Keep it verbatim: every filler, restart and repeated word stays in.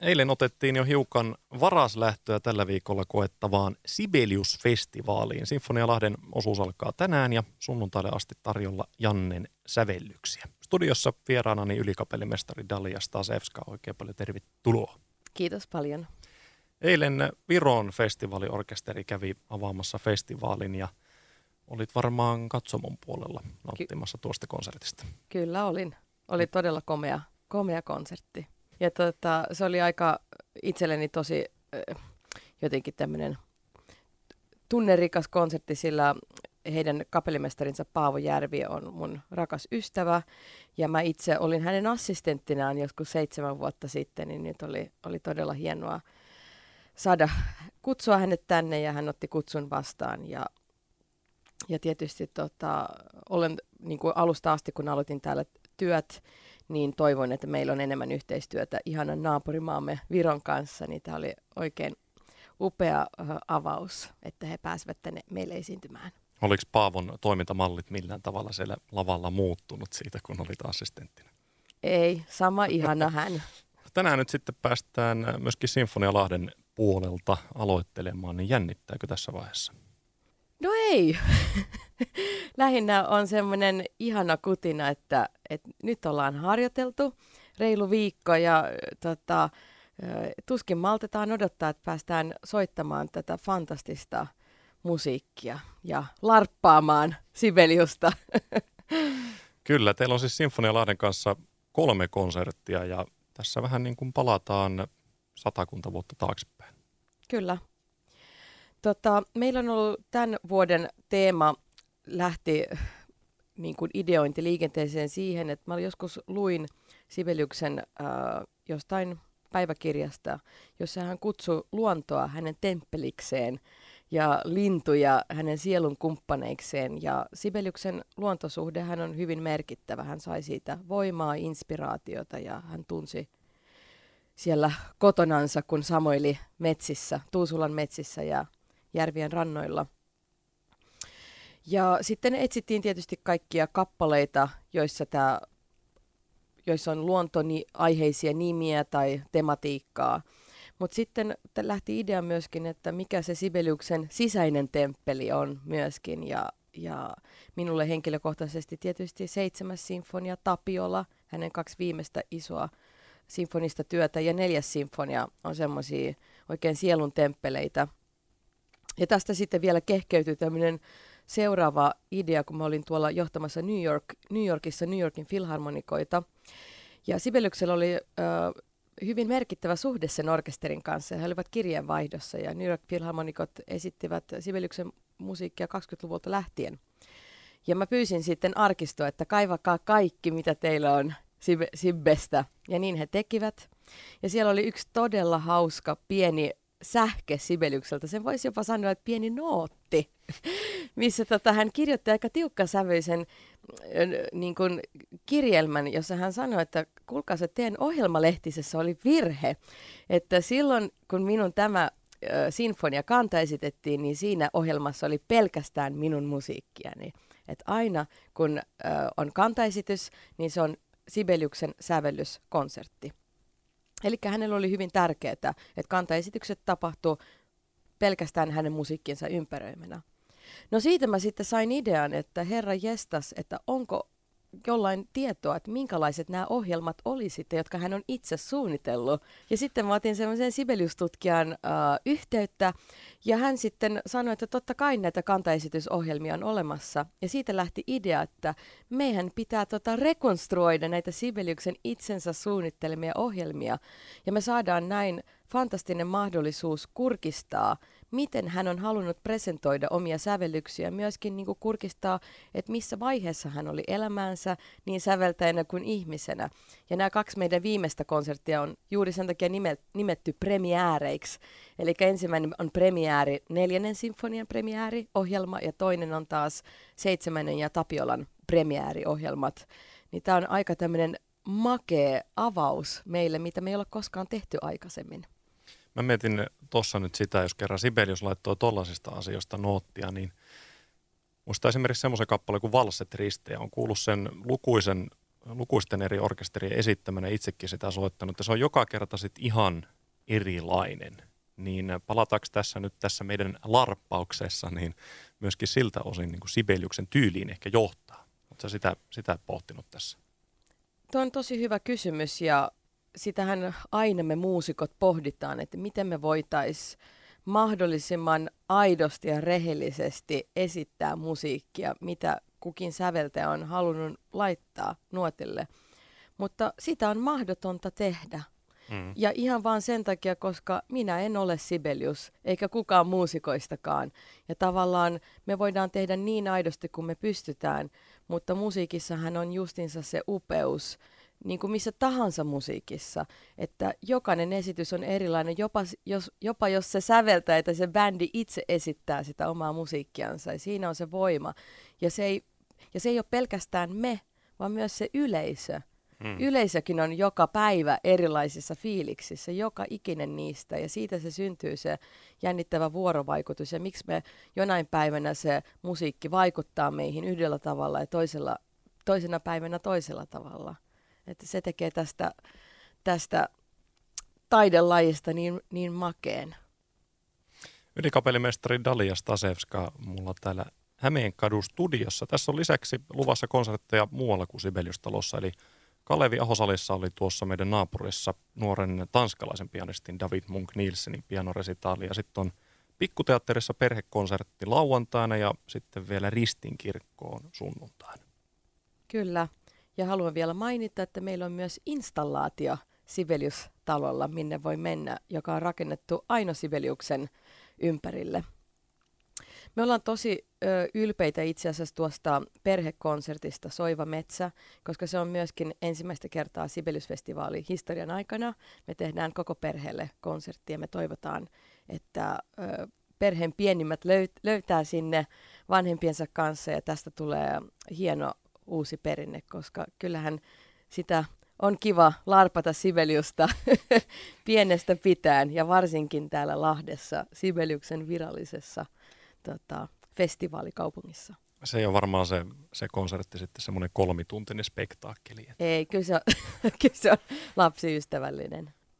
Eilen otettiin jo hiukan varaslähtöä tällä viikolla koettavaan Sibelius-festivaaliin. Sinfonialahden osuus alkaa tänään ja sunnuntaille asti tarjolla Jannen sävellyksiä. Studiossa vieraanani ylikapellimestari Dalia Stasevska. Oikein paljon tervetuloa. Kiitos paljon. Eilen Viron festivaaliorkesteri kävi avaamassa festivaalin ja olit varmaan katsomon puolella nauttimassa Ky- tuosta konsertista. Kyllä olin. Oli todella komea, komea konsertti. Ja tota, se oli aika itselleni tosi äh, jotenkin tämmöinen tunnerikas konsertti, sillä heidän kapellimestarinsa Paavo Järvi on mun rakas ystävä. Ja mä itse olin hänen assistenttinaan joskus seitsemän vuotta sitten, niin nyt oli, oli todella hienoa saada kutsua hänet tänne ja hän otti kutsun vastaan. Ja, ja tietysti tota, olen niin kuin alusta asti, kun aloitin täällä työt, niin toivon, että meillä on enemmän yhteistyötä ihanan naapurimaamme Viron kanssa. Niin tämä oli oikein upea uh, avaus, että he pääsevät tänne meille esiintymään. Oliko Paavon toimintamallit millään tavalla siellä lavalla muuttunut siitä, kun olit assistenttina? Ei, sama ihana hän. Tänään nyt sitten päästään myöskin Sinfonialahden puolelta aloittelemaan, niin jännittääkö tässä vaiheessa? No ei. Lähinnä on semmoinen ihana kutina, että, että nyt ollaan harjoiteltu reilu viikko ja tota, tuskin maltetaan odottaa, että päästään soittamaan tätä fantastista musiikkia ja larppaamaan Sibeliusta. Kyllä, teillä on siis Sinfonialahden kanssa kolme konserttia ja tässä vähän niin kuin palataan satakunta vuotta taaksepäin. Kyllä. Tota, meillä on ollut tämän vuoden teema lähti niin kuin ideointi liikenteeseen siihen, että mä joskus luin Sibeliuksen äh, jostain päiväkirjasta, jossa hän kutsui luontoa hänen temppelikseen ja lintuja hänen sielun kumppaneikseen. Ja Sibeliuksen luontosuhde hän on hyvin merkittävä. Hän sai siitä voimaa, inspiraatiota ja hän tunsi siellä kotonansa, kun samoili metsissä, Tuusulan metsissä ja järvien rannoilla. Ja sitten etsittiin tietysti kaikkia kappaleita, joissa, tää, joissa on luontoaiheisia nimiä tai tematiikkaa. Mutta sitten lähti idea myöskin, että mikä se Sibeliuksen sisäinen temppeli on myöskin. Ja, ja minulle henkilökohtaisesti tietysti seitsemäs sinfonia Tapiola, hänen kaksi viimeistä isoa sinfonista työtä, ja neljäs sinfonia on semmoisia oikein sielun temppeleitä. Ja tästä sitten vielä kehkeytyi tämmöinen seuraava idea, kun mä olin tuolla johtamassa New, York, New Yorkissa New Yorkin filharmonikoita. Ja Sibeliuksella oli äh, hyvin merkittävä suhde sen orkesterin kanssa. He olivat kirjeenvaihdossa ja New York filharmonikot esittivät Sibeliuksen musiikkia kaksikymmentäluvulta lähtien. Ja mä pyysin sitten arkistoa, että kaivakaa kaikki, mitä teillä on Sib- Sibbestä. Ja niin he tekivät. Ja siellä oli yksi todella hauska pieni sähke Sibeliukselta. Sen voisi jopa sanoa, että pieni nootti, missä tota, hän kirjoitti aika tiukkasävyisen niin kuin kirjelmän, jossa hän sanoi, että kuulkaa, se teidän ohjelmalehtisessä oli virhe. Että silloin, kun minun tämä ö, sinfonia kanta esitettiin, niin siinä ohjelmassa oli pelkästään minun musiikkiani. Että aina kun ö, on kantaesitys, niin se on Sibeliuksen sävellyskonsertti. Eli hänellä oli hyvin tärkeää, että kantaesitykset tapahtuu pelkästään hänen musiikkinsa ympäröimänä. No siitä mä sitten sain idean, että herra jestas, että onko jollain tietoa, että minkälaiset nämä ohjelmat oli sitten, jotka hän on itse suunnitellut. Ja sitten mä otin semmoisen Sibelius-tutkijan äh, yhteyttä, ja hän sitten sanoi, että totta kai näitä kantaesitysohjelmia on olemassa. Ja siitä lähti idea, että meidän pitää tota rekonstruoida näitä Sibeliuksen itsensä suunnittelemia ohjelmia. Ja me saadaan näin fantastinen mahdollisuus kurkistaa, miten hän on halunnut presentoida omia sävellyksiä, myöskin niin kuin kurkistaa, että missä vaiheessa hän oli elämäänsä niin säveltäjänä kuin ihmisenä. Ja nämä kaksi meidän viimeistä konserttia on juuri sen takia nimetty premiääreiksi. Eli ensimmäinen on premiääri, neljännen sinfonian premiääriohjelma, ja toinen on taas seitsemännen ja Tapiolan premiääriohjelmat. Niin tämä on aika tämmöinen makea avaus meille, mitä me ei ole koskaan tehty aikaisemmin. Mä mietin tuossa nyt sitä, jos kerran Sibelius laittoi tollaisista asioista noottia, niin musta esimerkiksi semmoisen kappaleen kuin Valset ristejä on kuullut sen lukuisen lukuisten eri orkesterien esittämänä itsekin sitä soittanut, ja se on joka kerta sit ihan erilainen. Niin palataanko tässä nyt tässä meidän larppauksessa, niin myöskin siltä osin niin kuin Sibeliuksen tyyliin ehkä johtaa. Oletko sitä, sitä pohtinut tässä? Tuo on tosi hyvä kysymys, ja sitähän aina me muusikot pohditaan, että miten me voitaisiin mahdollisimman aidosti ja rehellisesti esittää musiikkia, mitä kukin säveltäjä on halunnut laittaa nuotille. Mutta sitä on mahdotonta tehdä. Mm. Ja ihan vaan sen takia, koska minä en ole Sibelius, eikä kukaan muusikoistakaan. Ja tavallaan me voidaan tehdä niin aidosti kuin me pystytään, mutta musiikissahan on justinsa se upeus, niin kuin missä tahansa musiikissa, että jokainen esitys on erilainen, jopa jos, jopa jos se säveltäjä tai se bändi itse esittää sitä omaa musiikkiansa, ja siinä on se voima. Ja se ei, ja se ei ole pelkästään me, vaan myös se yleisö. Mm. Yleisökin on joka päivä erilaisissa fiiliksissä, joka ikinen niistä, ja siitä se syntyy se jännittävä vuorovaikutus, ja miksi me jonain päivänä se musiikki vaikuttaa meihin yhdellä tavalla ja toisella, toisena päivänä toisella tavalla. Että se tekee tästä, tästä taidelajista niin, niin makeen. Ylikapellimestari Dalia Stasevska mulla täällä Hämeenkadun studiossa. Tässä on lisäksi luvassa konsertteja muualla kuin Sibeliustalossa, eli Kalevi Ahosalissa oli tuossa meidän naapurissa nuoren tanskalaisen pianistin David Munk-Nielsenin pianoresitaali, ja sitten on Pikkuteatterissa perhekonsertti lauantaina ja sitten vielä Ristinkirkkoon sunnuntaina. Kyllä. Ja haluan vielä mainita, että meillä on myös installaatio Sibelius-talolla, minne voi mennä, joka on rakennettu Aino Sibeliuksen ympärille. Me ollaan tosi ö, ylpeitä itse asiassa tuosta perhekonsertista Soiva Metsä, koska se on myöskin ensimmäistä kertaa Sibelius-festivaali historian aikana. Me tehdään koko perheelle konsertti ja me toivotaan, että ö, perheen pienimmät löy- löytää sinne vanhempiensa kanssa, ja tästä tulee hieno uusi perinne, koska kyllähän sitä on kiva larpata Sibeliusta pienestä pitäen, ja varsinkin täällä Lahdessa Sibeliuksen virallisessa tota, festivaalikaupungissa. Se on varmaan se, se konsertti sitten semmoinen kolmituntinen spektaakkeli. Ei, kyllä se on, kyllä se on lapsiystävällinen.